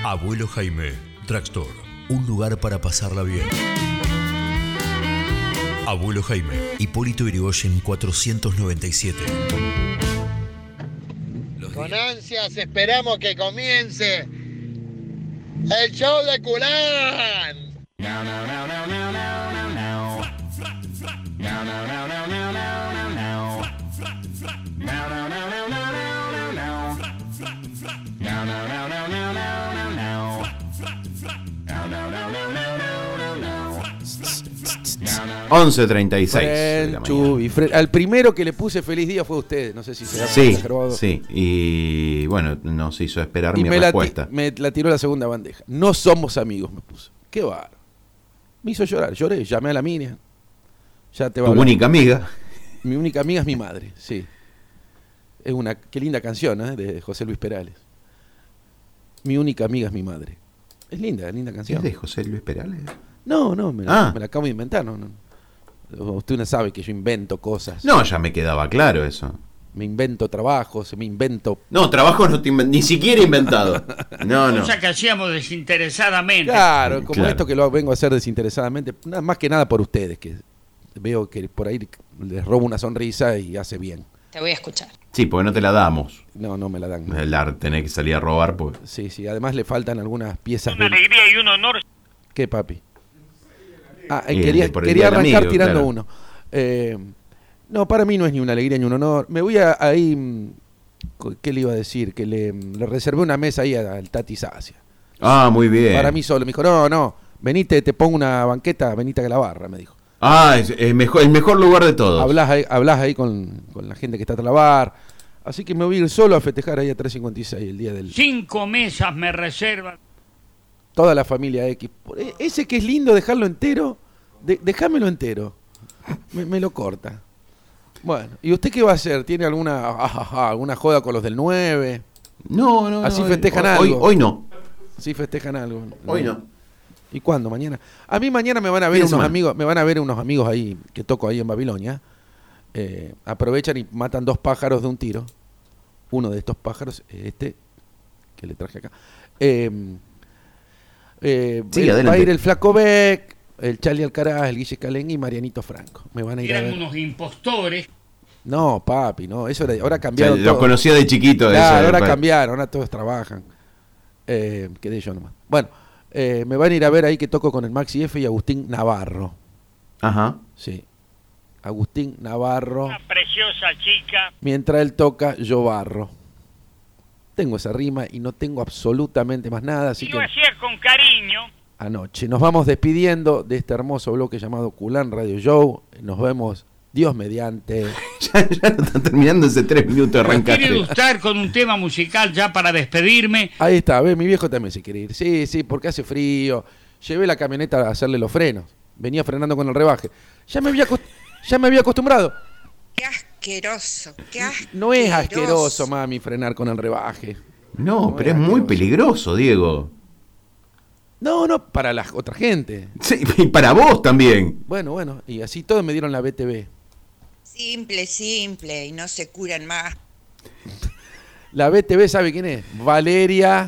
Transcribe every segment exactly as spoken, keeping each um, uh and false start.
Abuelo Jaime, Drugstore, un lugar para pasarla bien. Abuelo Jaime, Hipólito Yrigoyen cuatrocientos noventa y siete. Con ansias esperamos que comience el show de Culán. No, no, no, no, no, no, no, no. No, no, no, no, no, no, no, no. No, no, no, no, no, no, no. No, no, no, no, no, no, no, no. No, no, no, no, no, no, no. once treinta y seis de la mañana. Al primero que le puse feliz día fue usted, no sé si se ha Sí, sí, y bueno, nos hizo esperar y mi me respuesta. La me la tiró la segunda bandeja. No somos amigos, me puso. Qué bárbaro. Me hizo llorar, lloré, llamé a la Miriam. Ya te va ¿Tu a única amiga? Mi única amiga es mi madre, sí. Es una, qué linda canción, ¿eh? De José Luis Perales. Mi única amiga es mi madre. Es linda, es linda canción. ¿Es de José Luis Perales? No, no, me la, ah. me la acabo de inventar, no, no. Usted no sabe que yo invento cosas. No, ya me quedaba claro eso. Me invento trabajos, me invento... No, trabajos no te invent... ni siquiera inventado. No, no. Cosa que hacíamos desinteresadamente. Claro, como claro. Esto que lo vengo a hacer desinteresadamente, nada más que nada por ustedes, que veo que por ahí les robo una sonrisa y hace bien. Te voy a escuchar. Sí, porque no te la damos. No, no me la dan. No. El arte, tener que salir a robar, pues. Sí, sí, además le faltan algunas piezas. Una de... alegría y un honor. ¿Qué, papi? Ah, Y quería, el- por el quería Día del arrancar Amigo, tirando claro. uno. Eh, no, para mí no es ni una alegría ni un honor. Me voy a ahí... mm, ¿Qué le iba a decir? Que le, le reservé una mesa ahí al Tati Sacia. Ah, muy bien. Para mí solo. Me dijo, no, no, venite, te pongo una banqueta, venite a la barra, me dijo. Ah, es, es mejor, el mejor lugar de todos. Hablás ahí, hablás ahí con, con la gente que está a la bar. Así que me voy a ir solo a festejar ahí a tres cincuenta y seis el día del... Cinco mesas me reservan. Toda la familia X. E- Ese que es lindo dejarlo entero, de, dejámelo entero. Me, me lo corta. Bueno, ¿y usted qué va a hacer? ¿Tiene alguna ah, ah, ah, alguna joda con los del nueve? No, no, Así no, festejan hoy, algo. Hoy no. Sí festejan algo. Hoy no. ¿Y cuándo? ¿Mañana? A mí mañana me van a ver Fin de unos semana. amigos, me van a ver unos amigos ahí que toco ahí en Babilonia. Eh, aprovechan y matan dos pájaros de un tiro. Uno de estos pájaros es este que le traje acá. Eh, eh, Sí, el- va a adelante. ir el Flaco Beck, el Charlie Alcaraz, el Guille Calengui y Marianito Franco. Me van a ir a Eran ver. unos impostores. No, papi, no. Eso era, ahora O sea, cambiaron lo todo. conocía de chiquito. Claro, ese, ahora pa- cambiaron, ahora todos trabajan. Eh, quedé yo nomás. Bueno, eh, me van a ir a ver ahí que toco con el Maxi F y Agustín Navarro. Ajá. Sí. Agustín Navarro. Una preciosa chica. Mientras él toca, yo barro. Tengo esa rima y no tengo absolutamente más nada, así Y que lo hacía con cariño. anoche. Nos vamos despidiendo de este hermoso bloque llamado Culán Radio Show. Nos vemos, Dios mediante. Ya, ya no está terminando ese tres minutos de ¿Quiere arrancaste. ilustrar con un tema musical ya para despedirme? Ahí está, ve, mi viejo también se quiere ir. Sí, sí, porque hace frío. Llevé la camioneta a hacerle los frenos. Venía frenando con el rebaje. Ya me había, acost- ya me había acostumbrado. Qué asqueroso, qué asqueroso. No es asqueroso, mami, frenar con el rebaje. No, No pero es es muy asqueroso. peligroso, Diego. No, no, para la otra gente. Sí, y para vos también. Bueno, bueno, y así todos me dieron la B T V. Simple, simple, y no se curan más. La B T V, ¿sabe quién es? Valeria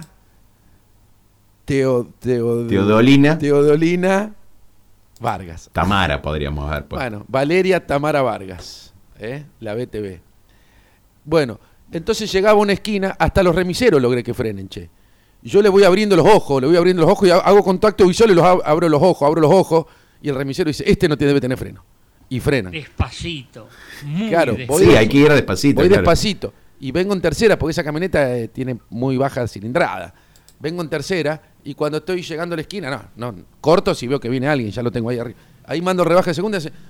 Teo, Teo- Teodolina. Teodolina Vargas. Tamara podríamos ver. pues. Bueno, Valeria Tamara Vargas, ¿eh? La B T V. Bueno, entonces llegaba a una esquina, hasta los remiseros logré que frenen, che. Yo le voy abriendo los ojos, le voy abriendo los ojos y ha- hago contacto visual y los ab- abro los ojos, abro los ojos y el remisero dice, este no te debe tener freno. Y frenan. Despacito. Muy Claro, despacito. voy- Sí, hay que ir despacito. Voy claro. despacito. Y vengo en tercera, porque esa camioneta eh, tiene muy baja cilindrada. Vengo en tercera y cuando estoy llegando a la esquina, no, no, corto si veo que viene alguien, ya lo tengo ahí arriba. Ahí mando rebaja de segunda y hace...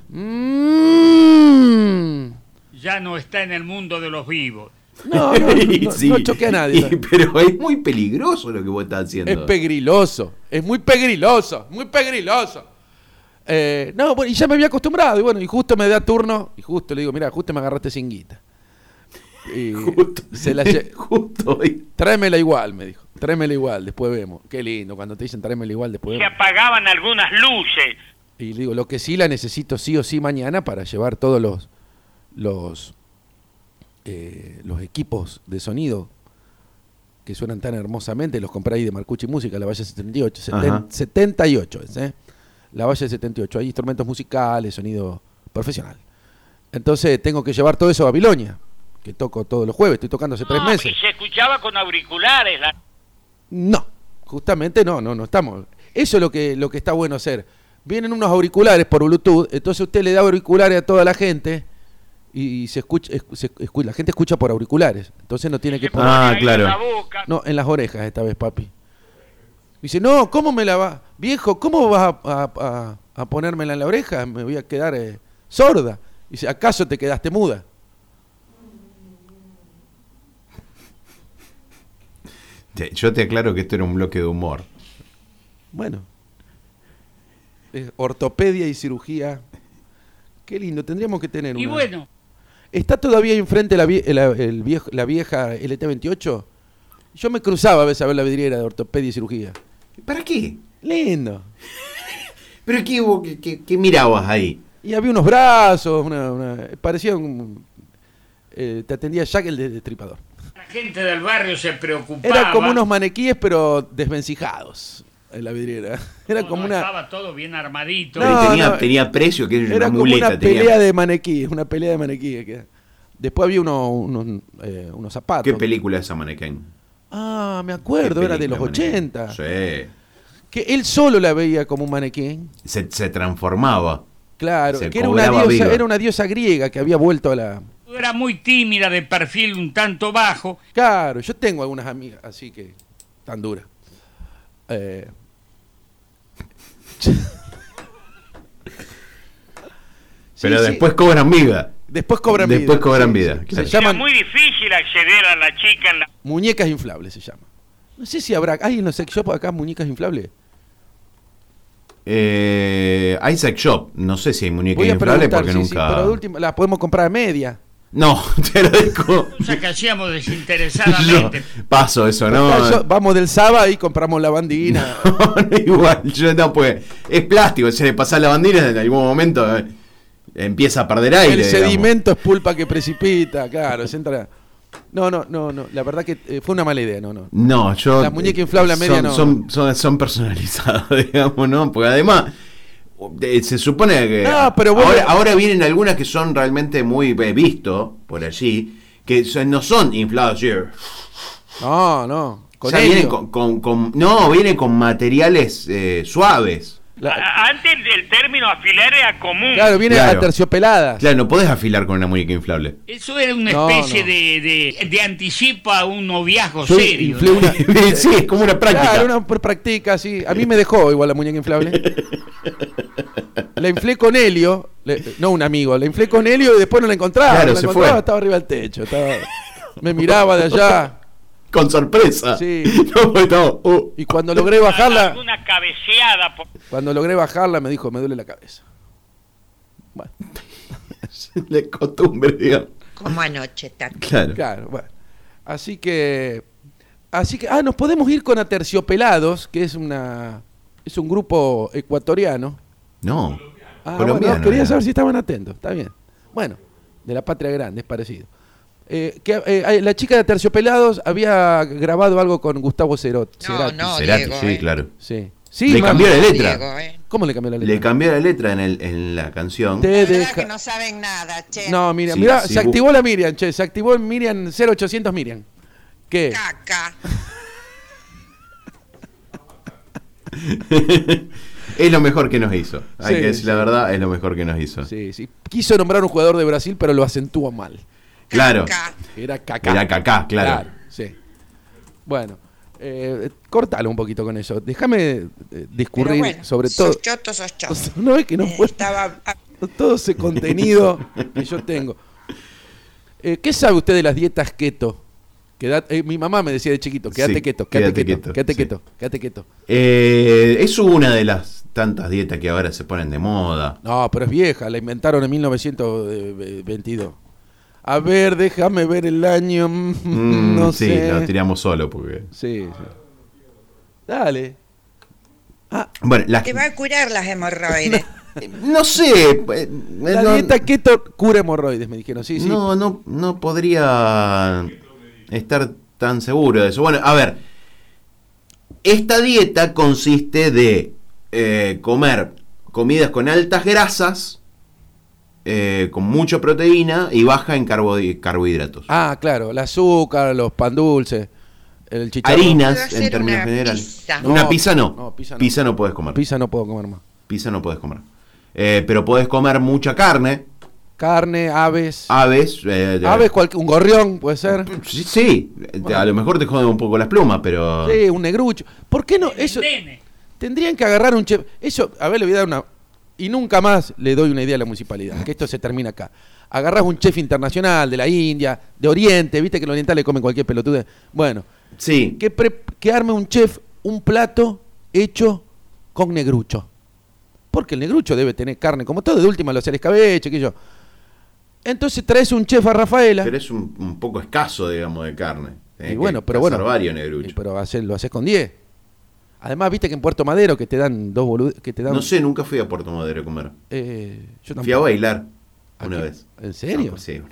"Mm". Ya no está en el mundo de los vivos. No, no, no, Sí, no choqué a nadie. y- pero es muy peligroso lo que vos estás haciendo. Es pegriloso, es muy pegriloso, muy pegriloso. Eh, no, bueno, y ya me había acostumbrado, y bueno, y justo me da turno, y justo le digo, mira, justo me agarraste sin guita. Y Justo, se la lle- justo hoy. Tráemela igual, me dijo, tráemela igual, después vemos. Qué lindo, cuando te dicen tráemela igual, después Se vemos. apagaban algunas luces. Y le digo, lo que sí la necesito sí o sí mañana para llevar todos los los, eh, los equipos de sonido que suenan tan hermosamente, los compré ahí de Marcucci Música, la Valle setenta y ocho, Ajá. seten- setenta y ocho es, ¿eh? La Valle setenta y ocho, hay instrumentos musicales, sonido profesional. Entonces tengo que llevar todo eso a Babilonia, que toco todos los jueves, estoy tocando hace tres No, meses. y se escuchaba con auriculares. La... No, justamente no, no, no estamos. Eso es lo que, lo que está bueno hacer. Vienen unos auriculares por Bluetooth, entonces usted le da auriculares a toda la gente y se escucha, es- se escu- la gente escucha por auriculares, entonces no tiene que se poner... Ah, pone ahí claro. en la boca. No, en las orejas esta vez, papi. Dice, no, ¿cómo me la va? Viejo, ¿cómo vas a, a, a- a ponérmela en la oreja? Me voy a quedar eh, sorda. Dice, ¿acaso te quedaste muda? Te- Yo te aclaro que esto era un bloque de humor. Bueno. Es ortopedia y cirugía. Qué lindo, tendríamos que tener Y una. bueno, ¿Está todavía enfrente la, vie- la, el viejo- la vieja L T veintiocho? Yo me cruzaba a veces a ver la vidriera de ortopedia y cirugía. ¿Para qué? Lindo. ¿Pero qué, hubo- qué, qué- qué mirabas ahí? Y había unos brazos, una, una- parecía un... eh, te atendía Jack el destripador. la gente del barrio se preocupaba. Era como unos maniquíes, pero desvencijados en la vidriera. Era No, como no, una... Estaba todo bien armadito. No, Pero tenía, no, tenía precio, que era Era una como muleta. una tenía- pelea de maniquíes, una pelea de maniquíes. que- Después había uno- unos, eh, unos zapatos. ¿Qué película es esa Mannequin? Ah, me ¿Qué acuerdo, era de los película, Mannequin? ochenta. Sí. Que él solo la veía como un maniquí. Se, se transformaba. Claro, Se que era una, cobraba diosa, viva. era una diosa griega que había vuelto a la... Era muy tímida, de perfil un tanto bajo. Claro, yo tengo algunas amigas así que tan duras. Eh... Pero Sí, sí. después cobran vida. Después cobran vida. Después cobran Sí, vida, sí. claro. Se Era llaman muy difícil acceder a la chica en la... muñecas inflables, se llama. No sé si habrá... ¿Hay en los sex shop acá muñecas inflables? Eh, hay sex shop. No sé si hay muñecas Voy a inflables preguntar, porque sí, nunca. sí, pero de última, la podemos comprar a media. No, te lo digo. cosa que hacíamos Yo desinteresadamente. paso eso, ¿no? Acá yo- vamos del Saba y compramos la bandina. No, igual, yo no, pues es plástico, se le pasa la bandera en algún momento eh, empieza a perder aire. El digamos. sedimento es pulpa que precipita, claro, se entra... No, no, no, no, la verdad que eh, fue una mala idea, no, no. No, yo. Las muñecas inflables a media son, no. Son, son, son personalizadas, digamos, ¿no? Porque además. eh, Se supone que No, pero bueno- ahora, ahora vienen algunas que son realmente muy eh, visto por allí, que son- no son infladas, ¿sí? No, no. O Con sea, helio. vienen con, con- con- no, vienen con materiales eh, suaves. La- A- Antes el término afilar era común. claro, viene Claro. aterciopelada. Claro, no podés afilar con una muñeca inflable. Eso era una No, especie no. De, de, de anticipo a un noviazgo Yo serio. inflé ¿no? una... Sí, es como una práctica. Claro, una pr- práctica, sí. A mí me dejó igual la muñeca inflable. La inflé con helio, le- no un amigo, la inflé con helio y después no la encontraba. Claro, no la se encontraba, fue. estaba arriba del techo. Estaba... Me miraba de allá. Con sorpresa. Sí. No, pues, no, oh. Y cuando logré bajarla, Alguna cabeceada. por- cuando logré bajarla me dijo, me duele la cabeza. Bueno, De costumbre, digamos. Como anoche, Tato. Claro. claro, bueno. Así que, así que, ah, nos podemos ir con Aterciopelados, que es una, es un grupo ecuatoriano. No. Ah, Colombiano, bueno, quería era. saber si estaban atentos. Está bien. Bueno, de la Patria Grande, es parecido. Eh, que, eh, la chica de Aterciopelados había grabado algo con Gustavo Cerot. No, Cerati. no, Cerati, Diego, sí, eh. claro. Sí. Sí, Le mamá. cambió la letra. Diego, eh. ¿Cómo le cambió la letra? Le cambió la letra en, el, en la canción. Te La verdad deja- que no saben nada, che. No, Miriam, Sí, mira, sí, se bu- activó la Miriam, che, se activó en Miriam cero ochocientos Miriam. ¿Qué? Caca. Es lo mejor que nos hizo. Hay Sí, que decir sí. la verdad, es lo mejor que nos hizo. Sí, sí. Quiso nombrar un jugador de Brasil, pero lo acentuó mal. Claro. Caca. Era Kaká. Era Kaká, claro. sí. Bueno, eh, cortalo un poquito con eso. Déjame eh, discurrir Pero bueno, sobre todo. Sos choto, sos choto. No es que no Eh, puedo. Estaba... Todo ese contenido que yo tengo. Eh, ¿Qué sabe usted de las dietas keto? Queda- eh, mi mamá me decía de chiquito, quédate Sí, quieto, quédate, quédate quieto, quieto, quédate sí. quieto, quédate quieto. Eh, es una de las tantas dietas que ahora se ponen de moda. No, pero es vieja, la inventaron en mil novecientos veintidós. A ver, déjame ver el año. mm, Mm, no sí, sé. lo tiramos solo porque. Sí, sí. Dale. Ah, Bueno, las- Te va a curar las hemorroides. no sé. eh, la no, dieta keto cura hemorroides, me dijeron. Sí, sí. no, no, no podría estar tan seguro de eso. Bueno, a ver, esta dieta consiste de eh, comer comidas con altas grasas, eh, con mucha proteína y baja en carbo- carbohidratos. Ah, claro, el azúcar, los pan dulces, el chicharrón. Puedo Harinas, hacer en términos una generales. pizza. Una No, pizza no. no, pizza no. Pizza no puedes comer. Pizza no puedo comer más. Pizza no puedes comer. Eh, pero puedes comer mucha carne, Carne, aves. aves. eh, de- Aves, cual- un gorrión puede ser. Sí, sí, a lo mejor te joden un poco las plumas, pero... Sí, un negrucho. ¿Por qué no? Eso. Nene. Tendrían que agarrar un chef. Eso, a ver, le voy a dar una. Y nunca más le doy una idea a la municipalidad, que esto se termina acá. Agarrás un chef internacional de la India, de Oriente, viste que los orientales comen cualquier pelotude. Bueno, Sí, que, pre- que arme un chef un plato hecho con negrucho. Porque el negrucho debe tener carne, como todo, de última lo hace el escabeche, que yo. Entonces traes un chef a Rafaela. pero es un, un poco escaso, digamos, de carne. Tenés Y bueno, que pero cazar bueno. varios negruchos. Y pero haces- lo haces con diez. Además, viste que en Puerto Madero que te dan dos boludos. Que te dan, No sé, nunca fui a Puerto Madero a comer. eh, yo Fui a bailar ¿A una qué? vez. ¿En serio? No, pues sí.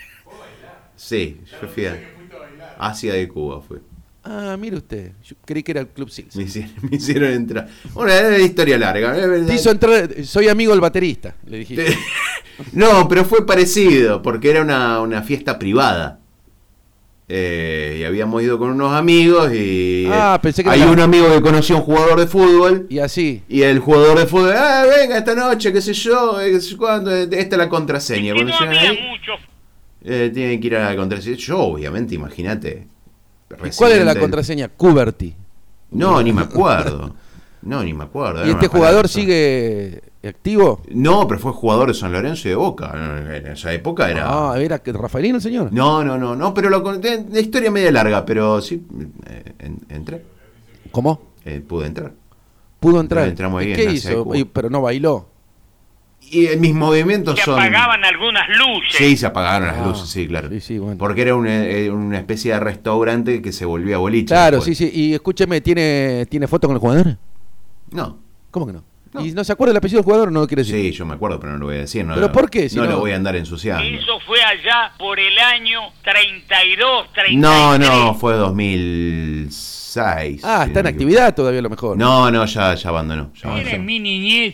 Sí, yo fui a Asia de Cuba. Fui. Ah, mire usted. Yo creí que era el Club Sils. Me hicieron, me hicieron entrar. Bueno, era una historia larga. Te hizo entrar, soy amigo del baterista, le dijiste. No, pero fue parecido, porque era una, una fiesta privada. Eh, y habíamos ido con unos amigos y Ah, eh, pensé que hay era- un amigo que conoció a un jugador de fútbol. Y así. Y el jugador de fútbol, ah, venga esta noche, qué sé yo, eh, qué sé cuándo, eh, esta es la contraseña. Y Cuando no llegan había ahí, mucho. eh, tienen que ir a la contraseña. Yo, obviamente, imagínate. ¿Y ¿Cuál era la residente- contraseña? Cuberty. No, ni me acuerdo. No, ni me acuerdo. ¿Y Era este una jugador palabra. sigue activo? No, pero fue jugador de San Lorenzo y de Boca. En esa época era... Ah, ¿era que Rafaelino el señor? No, no, no, no, pero lo conté. La historia media larga, pero sí, eh, en- entré. ¿Cómo? Eh, pude entrar. Pudo entrar. Entramos ahí ¿Y en qué la hizo? secu. Y- pero no bailó. Y eh, mis movimientos Se son. apagaban algunas luces. Sí, se apagaron las Ah, luces, sí, claro. sí, sí, bueno. Porque era una, eh, una especie de restaurante que se volvía boliche. Claro, después. sí, sí. Y escúcheme, ¿tiene, ¿tiene foto con el jugador? No. ¿Cómo que no? No. ¿Y no se acuerda el apellido del jugador o no lo quiere decir? Sí, yo me acuerdo, pero no lo voy a decir. No, ¿Pero por qué? Si no, no- lo voy a andar ensuciando. Eso fue allá por el año treinta y dos, treinta y tres. No, no, fue dos mil seis. Ah, si está en no me actividad todavía a lo mejor. equivoco. No, no, ya, ya abandonó. Ya Era abandonó. en mi niñez.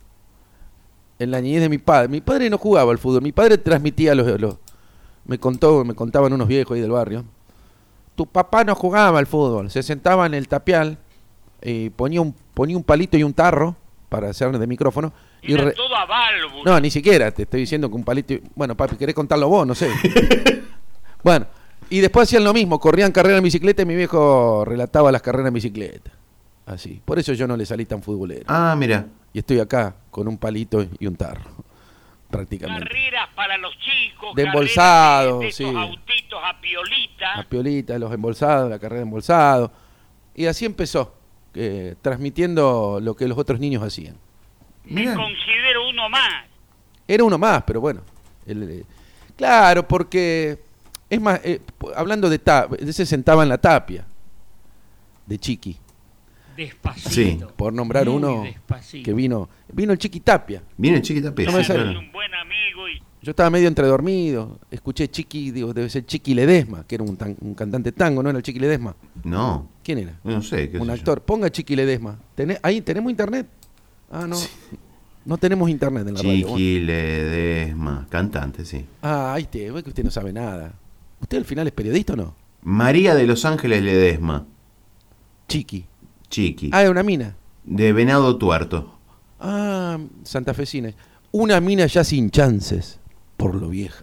En la niñez de mi padre. Mi padre no jugaba al fútbol. Mi padre transmitía los, los me contó, me contaban unos viejos ahí del barrio. Tu papá no jugaba al fútbol. Se sentaba en el tapial y ponía un ponía un palito y un tarro para hacer de micrófono y Era re- todo a válvula. no, ni siquiera, te estoy diciendo que un palito y... Bueno, papi, ¿querés contarlo vos? No sé. Bueno, y después hacían lo mismo, corrían carreras en bicicleta y mi viejo relataba las carreras en bicicleta. Así. Por eso yo no le salí tan futbolero. Ah, mira. Y estoy acá con un palito y un tarro. Prácticamente. Carreras para los chicos. De carreras embolsado, de, de estos sí. autitos a piolita. La piolita, los embolsados, la carrera de embolsado. Y así empezó, eh, transmitiendo lo que los otros niños hacían. Me Mira. considero uno más. Era uno más, pero bueno. el, eh, claro, porque es más, eh, p- hablando de tapia, se sentaba en la tapia de Chiqui, Despacito. Sí. por nombrar Muy uno despacito. que vino, vino el Chiqui Tapia. Viene chiquita pesa. No me sale. Es un buen amigo y Yo estaba medio entredormido, escuché Chiqui, digo, debe ser Chiqui Ledesma, que era un, tan- un cantante tango, ¿no era el Chiqui Ledesma? No, ¿Quién era? no sé. qué Un sé yo. actor. Ponga Chiqui Ledesma. ¿Tené- ahí tenemos internet. Ah, no. No tenemos internet en la radio. Bueno. Chiqui Ledesma, cantante, sí. Ah, ahí te, ve que usted no sabe nada. ¿Usted al final es periodista o no? María de Los Ángeles Ledesma, Chiqui. Chiqui, Ah, es una mina. de Venado Tuerto. Ah, santafesina. Una mina ya sin chances, por lo vieja.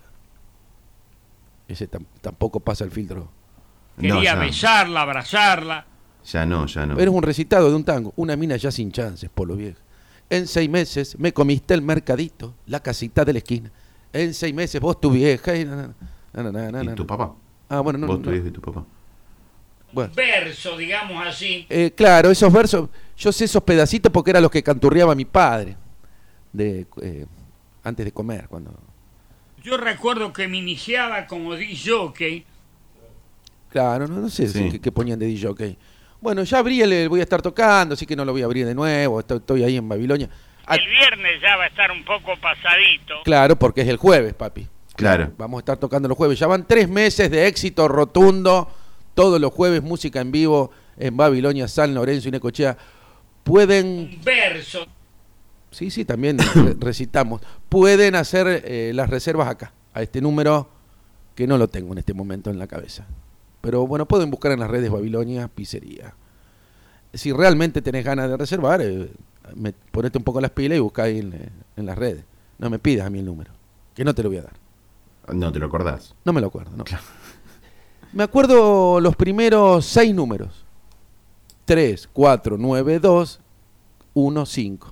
Ese tam- tampoco pasa el filtro. quería no, ya, besarla, abrazarla. ya no, ya no. Pero es un recitado de un tango. Una mina ya sin chances, por lo vieja. En seis meses me comiste el mercadito, la casita de la esquina. En seis meses vos tu vieja y... na, na, na, na, na, ¿Y na, tu na. papá? Ah, bueno, no, Vos, no, tu no. hijo y tu papá. Bueno. Verso, digamos así. Eh, claro, esos versos, yo sé esos pedacitos porque eran los que canturreaba mi padre de, eh, antes de comer. Cuando Yo recuerdo que me iniciaba como disc jockey. Claro, no, no sé Sí. qué, qué ponían de D J. Bueno, ya abrí el, voy a estar tocando, así que no lo voy a abrir de nuevo, estoy, estoy ahí en Babilonia. Ah, El viernes ya va a estar un poco pasadito. claro, porque es el jueves, papi. Claro. Vamos a estar tocando los jueves. Ya van tres meses de éxito rotundo, todos los jueves música en vivo en Babilonia, San Lorenzo y Necochea. Pueden... Verso. Sí, sí, también re- recitamos. Pueden hacer eh, las reservas acá, a este número que no lo tengo en este momento en la cabeza. Pero bueno, pueden buscar en las redes Babilonia Pizzería. Si realmente tenés ganas de reservar, eh, me, ponete un poco las pilas y buscá ahí en, eh, en las redes. No me pidas a mí el número, que no te lo voy a dar. No te lo acordás. No me lo acuerdo, no. Claro. Me acuerdo los primeros seis números. tres, cuatro, nueve, dos, uno, cinco.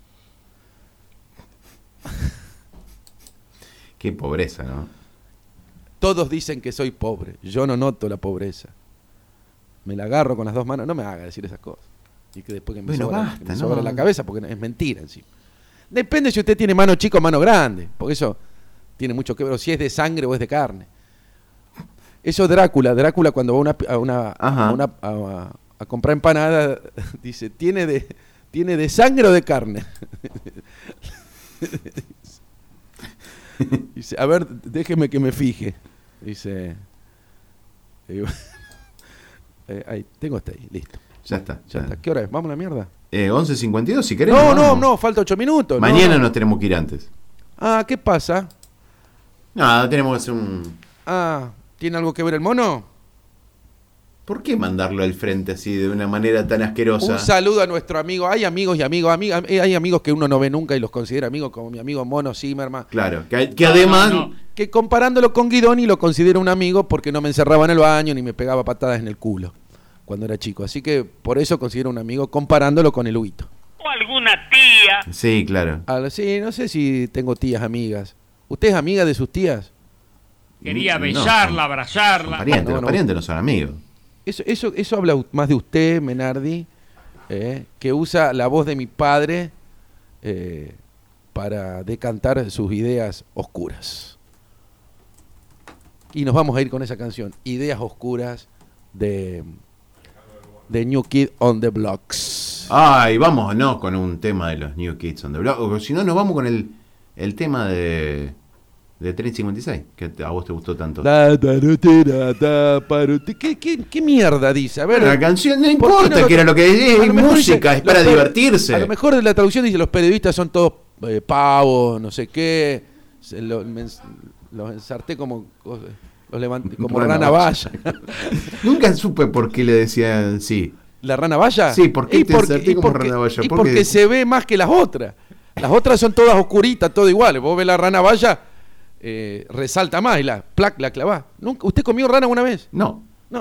Qué pobreza, ¿no? Todos dicen que soy pobre. Yo no noto la pobreza. Me la agarro con las dos manos. No me haga decir esas cosas. Y que después que me Bueno, sobra, basta, que me no. sobra la cabeza, porque es mentira encima. Depende si usted tiene mano chica o mano grande, porque eso tiene mucho que ver, o si es de sangre o es de carne. Eso Drácula, Drácula cuando va a una, a, una, a, una, a, a comprar empanada, dice, ¿tiene de, ¿tiene de sangre o de carne? Dice, a ver, déjeme que me fije. Dice, eh, eh, ahí, tengo hasta ahí, listo. Ya está. Ya ya. está. ¿Qué hora es? ¿Vamos a la mierda? Eh, once cincuenta y dos, si querés. No, no, vamos. no, falta ocho minutos. Mañana no, no. nos tenemos que ir antes. Ah, ¿qué pasa? Nada, tenemos que hacer un... Ah, ¿tiene algo que ver el mono? ¿Por qué mandarlo al frente así de una manera tan asquerosa? Un saludo a nuestro amigo. Hay amigos y amigos, amigas, hay amigos que uno no ve nunca y los considera amigos, como mi amigo Mono Zimmerman. Claro, que, que No, además... no, no. Que comparándolo con Guidoni lo considero un amigo porque no me encerraba en el baño ni me pegaba patadas en el culo cuando era chico. Así que por eso considero un amigo comparándolo con el Huito. O alguna tía. Sí, claro. Ah, sí, no sé si tengo tías amigas. ¿Usted es amiga de sus tías? Quería No, besarla, son- abrazarla. Parientes, no, los no. parientes no son amigos. Eso, eso, eso habla u- más de usted, Menardi, eh, que usa la voz de mi padre eh, para decantar sus ideas oscuras. Y nos vamos a ir con esa canción, Ideas Oscuras, de, de New Kid on the Blocks. Ay, vámonos con un tema de los New Kids on the Block. O si no, nos vamos con el, el tema de, de Tren cincuenta y seis, que a vos te gustó tanto. Da, da, da, da, da, paru- ¿Qué, qué, ¿Qué mierda dice? A ver, La canción no ¿por qué importa no lo- que era lo que es, a es lo mejor música, dice, es para los per- divertirse. A lo mejor la traducción dice los periodistas son todos eh, pavos, no sé qué, se lo- me ens- los ensarté como cos- los levanté como Rana rana valla. valla. Nunca supe por qué le decían sí. ¿La rana valla? Sí, ¿por qué Y te porque- ensarté y como porque- rana valla? Y ¿Por porque qué? se ve más que las otras. Las otras son todas oscuritas, todo iguales. Vos ves la rana valla, eh, resalta más y la plac la clavá. ¿Nunca, ¿Usted comió rana una vez? No. No.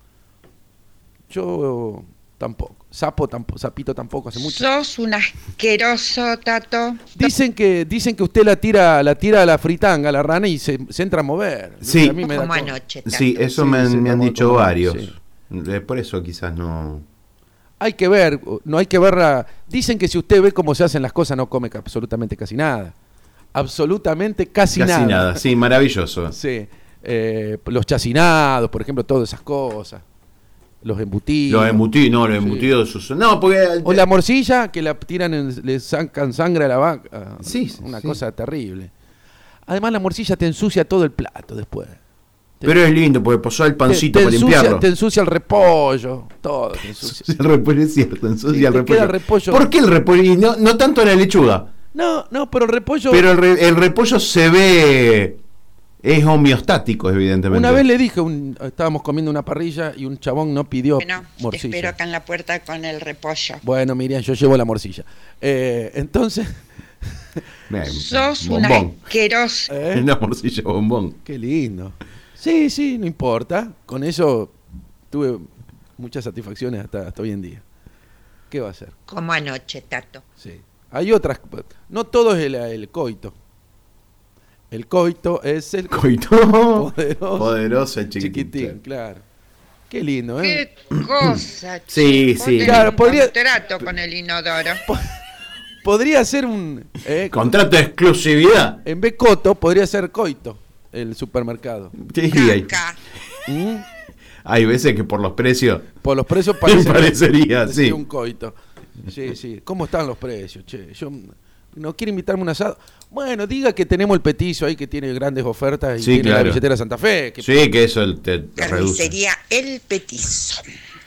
Yo tampoco. Sapo tampoco, sapito tampoco hace mucho. Sos un asqueroso, Tato. Dicen que dicen que usted la tira la tira a la fritanga, a la rana y se, se entra a mover. Sí. A mí me da Como co- anoche, Tato. Sí, eso Sí, me, han- sí, me han como- dicho como- varios. sí. Eh, Por eso quizás no... Hay que ver, no hay que ver la- dicen que si usted ve cómo se hacen las cosas no come ca- absolutamente casi nada. Absolutamente casi, Casi nada. nada. Sí, maravilloso. Sí. Eh, los chacinados, por ejemplo, todas esas cosas. Los embutidos. Los embutidos, no, los Sí. embutidos... sus- No, porque... O la morcilla que la tiran, en- le sacan sangre a la vaca. Sí, sí, Una sí. cosa terrible. Además la morcilla te ensucia todo el plato después. Te- Pero es lindo porque posó el pancito te, te para ensucia, limpiarlo. te ensucia el repollo, todo te ensucia. El repollo es cierto, ensucia Sí, el te repollo. queda el repollo. ¿Por qué el repollo? Y no, no tanto la lechuga. No, no, pero el repollo... Pero el, re- el repollo se ve... Es homeostático, evidentemente. Una vez le dije, un- estábamos comiendo una parrilla y un chabón no pidió Bueno, te morcilla. espero acá en la puerta con el repollo. Bueno, Miriam, yo llevo la morcilla. Eh, entonces... Bien, Sos un bombón. asqueroso. ¿eh? Una morcilla bombón. Qué lindo. Sí, sí, no importa. Con eso tuve muchas satisfacciones hasta, hasta hoy en día. ¿Qué va a hacer? Como anoche, Tato. Sí. Hay otras. No todo es el, el coito. El coito es el Coito. poderoso, Poderoso el chiquitín. chiquitín, claro. Qué lindo, ¿eh? Qué cosa, Sí, chico. sí. Tenés Claro, un podría- contrato con el inodoro. Podría ser un... eh, Contrato de exclusividad. en vez coto, podría ser coito, el supermercado. Sí, hay, Caca. ¿Mm? hay veces que por los precios Por los precios parece, parecería, parecería sí. un coito. Sí, sí. ¿Cómo están los precios? Che, yo ¿No quiere invitarme a un asado? Bueno, diga que tenemos el petizo ahí que tiene grandes ofertas y Sí, tiene claro. la billetera Santa Fe. Que... Sí, que eso te, te reduce. Carnicería El Petizo.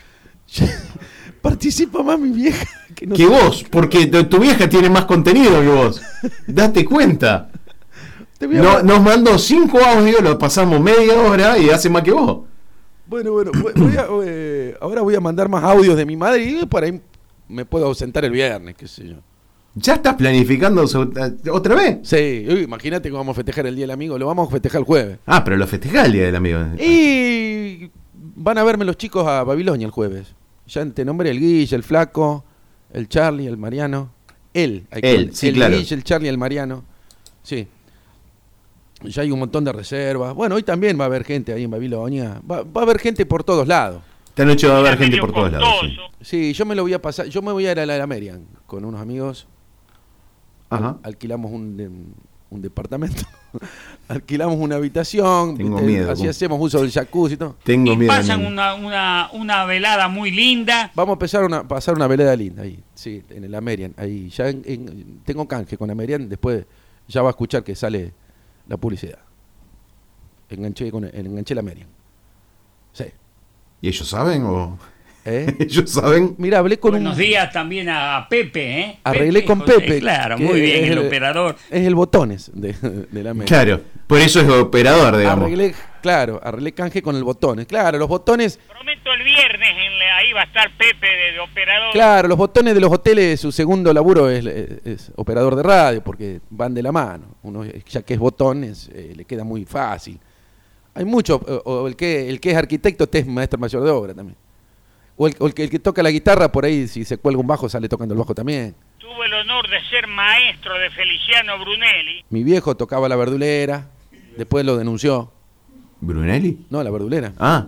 Participa más mi vieja. Que, no Que sé. vos, porque tu tu vieja tiene más contenido que vos. Date cuenta. Te voy a- No, nos mandó cinco audios, lo pasamos media hora y hace más que vos. Bueno, bueno, voy- voy a, eh, ahora voy a mandar más audios de mi madre y por ahí me puedo ausentar el viernes, qué sé yo. ¿Ya estás planificando so- otra vez? Sí, uy, imagínate que vamos a festejar el Día del Amigo, lo vamos a festejar el jueves. Ah, pero lo festejás el día del amigo. Y van a verme los chicos a Babilonia el jueves. Ya te nombré el Guille, el Flaco, el Charlie, el Mariano. Él, hay que- Él, sí, el claro. Guille, el Charlie, el Mariano. Sí. Ya hay un montón de reservas. Bueno, hoy también va a haber gente ahí en Babilonia. Va, va a haber gente por todos lados. Esta noche va a haber Era gente medio por todos lados. sí. costoso. Sí, yo me lo voy a pasar. Yo me voy a ir a la, a la Merian con unos amigos. Ajá. Alquilamos un, de- un departamento. Alquilamos una habitación. Tengo ¿viste? miedo, Así ¿cómo? hacemos uso del jacuzzi y todo. Tengo Y miedo. pasan nene. una, una, una velada muy linda. Vamos a empezar una, pasar una velada linda ahí, sí, en el Amerian. Ahí ya en- en- tengo canje con Amerian, después ya va a escuchar que sale la publicidad. Enganché con el, enganché la Amerian. Sí. ¿Y ellos saben o...? ¿Eh? ¿Ellos saben? Mira, hablé con Buenos un... días también a Pepe, ¿eh? Arreglé Pepe, con José, Pepe. Claro, que muy bien, es el, operador. Es el botones de, de la Amerian. Claro, por eso es operador, digamos. Arreglé, claro, arreglé canje con el botones. Claro, los botones, Prometo el viernes, en la- ahí va a estar Pepe de, de operador. claro, los botones de los hoteles, su segundo laburo es, es- es operador de radio, porque van de la mano. Uno, ya que es botones, eh, le queda muy fácil. Hay mucho, o, o el que el que es arquitecto te es maestro mayor de obra también. O el, o el que, el que toca la guitarra, por ahí, si se cuelga un bajo, sale tocando el bajo también. Tuve el honor de ser maestro de Feliciano Brunelli. Mi viejo tocaba la verdulera, después lo denunció. ¿Brunelli? No, la verdulera. Ah,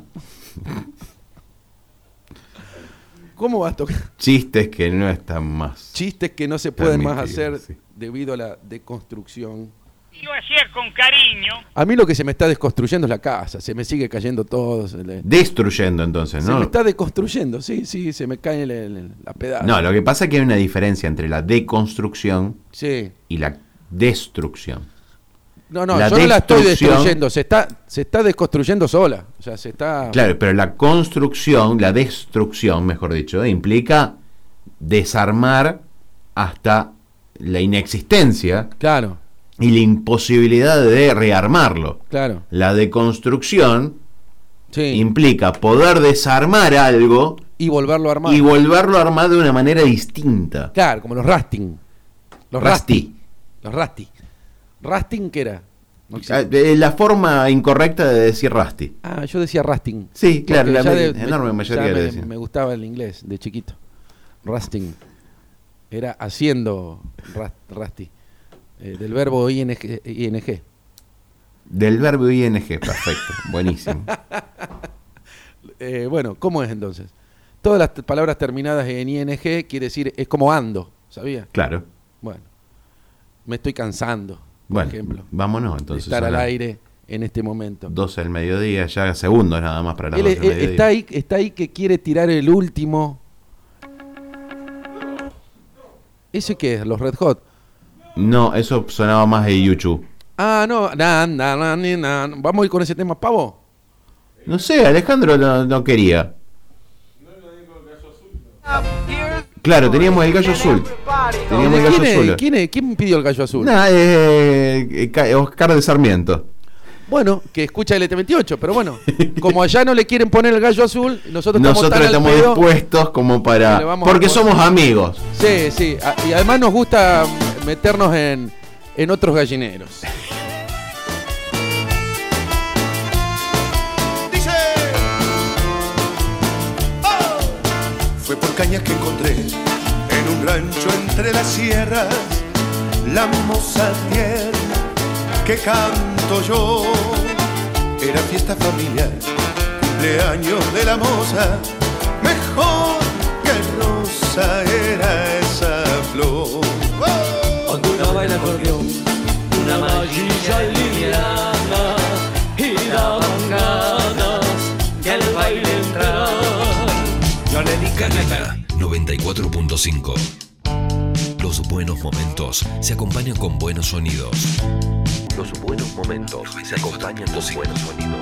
¿Cómo vas a tocar? chistes que no están más. Chistes que no se pueden más Permitido, hacer sí. debido a la deconstrucción. Y lo hacía con cariño. A mí lo que se me está desconstruyendo es la casa, se me sigue cayendo todo. Se, le- Destruyendo entonces, se ¿no? me está deconstruyendo, sí, sí, se me cae la, la, la pedazo. No, lo que pasa es que hay una diferencia entre la deconstrucción Sí. y la destrucción. No, no, La yo no la estoy destrucción- destruyendo, se está, se está desconstruyendo sola. O sea, se está. Claro, pero la construcción, la destrucción, mejor dicho, implica desarmar hasta la inexistencia Claro, y la imposibilidad de rearmarlo. claro. La deconstrucción Sí. implica poder desarmar algo Y volverlo a armar. y volverlo a armar de una manera distinta. Claro, como los rasting. Los Rusty. rasty. Los rasty. ¿Rasting qué era? No existe. Ah, eh, La forma incorrecta de decir Rusty. Ah, yo decía rasting. Sí, claro, Porque la ya me- enorme mayoría ya lo me, decía. me gustaba el inglés de chiquito. Rasting. Era haciendo ras- rasty. Eh, del verbo ing. ing. Del verbo ing, perfecto, buenísimo. Eh, bueno, ¿cómo es entonces? Todas las t- palabras terminadas en ing quiere decir, es como ando, ¿sabía? Claro. Bueno, me estoy cansando, por Bueno, ejemplo, vámonos de entonces. estar a al las aire en este momento. doce del mediodía, ya segundos nada más para las Él, doce del eh, mediodía. está, ahí, está ahí que quiere tirar el último. ¿Ese qué es? ¿Los Red Hot? No, eso sonaba más de YouTube. Ah, no, na, na, na, ni, na. ¿Vamos a ir con ese tema, pavo? No sé, Alejandro no, no quería. Claro, teníamos el gallo azul. Teníamos el gallo ¿Quién, es? azul. ¿Quién, es? ¿Quién pidió el gallo azul? Nah, eh, eh, Ca- Oscar de Sarmiento. Bueno, que escucha el L T veintiocho, pero bueno, como allá no le quieren poner el gallo azul, nosotros, Nosotros estamos tan estamos al pedo. dispuestos como que le para... vamos a Porque poner- somos amigos. Sí, sí, a- y además nos gusta meternos en, en otros gallineros. Fue por cañas que encontré en un rancho entre las sierras la moza tierna que canto yo. Era fiesta familiar, cumpleaños de la moza, mejor que rosa era esa flor. Cuando una baila acordeón, una mallilla liviana, y daban ganas que al baile entrar. Yo le di Canela noventa y cuatro punto cinco. Los Los buenos momentos se acompañan con buenos sonidos. Los buenos momentos se acompañan con buenos sonidos.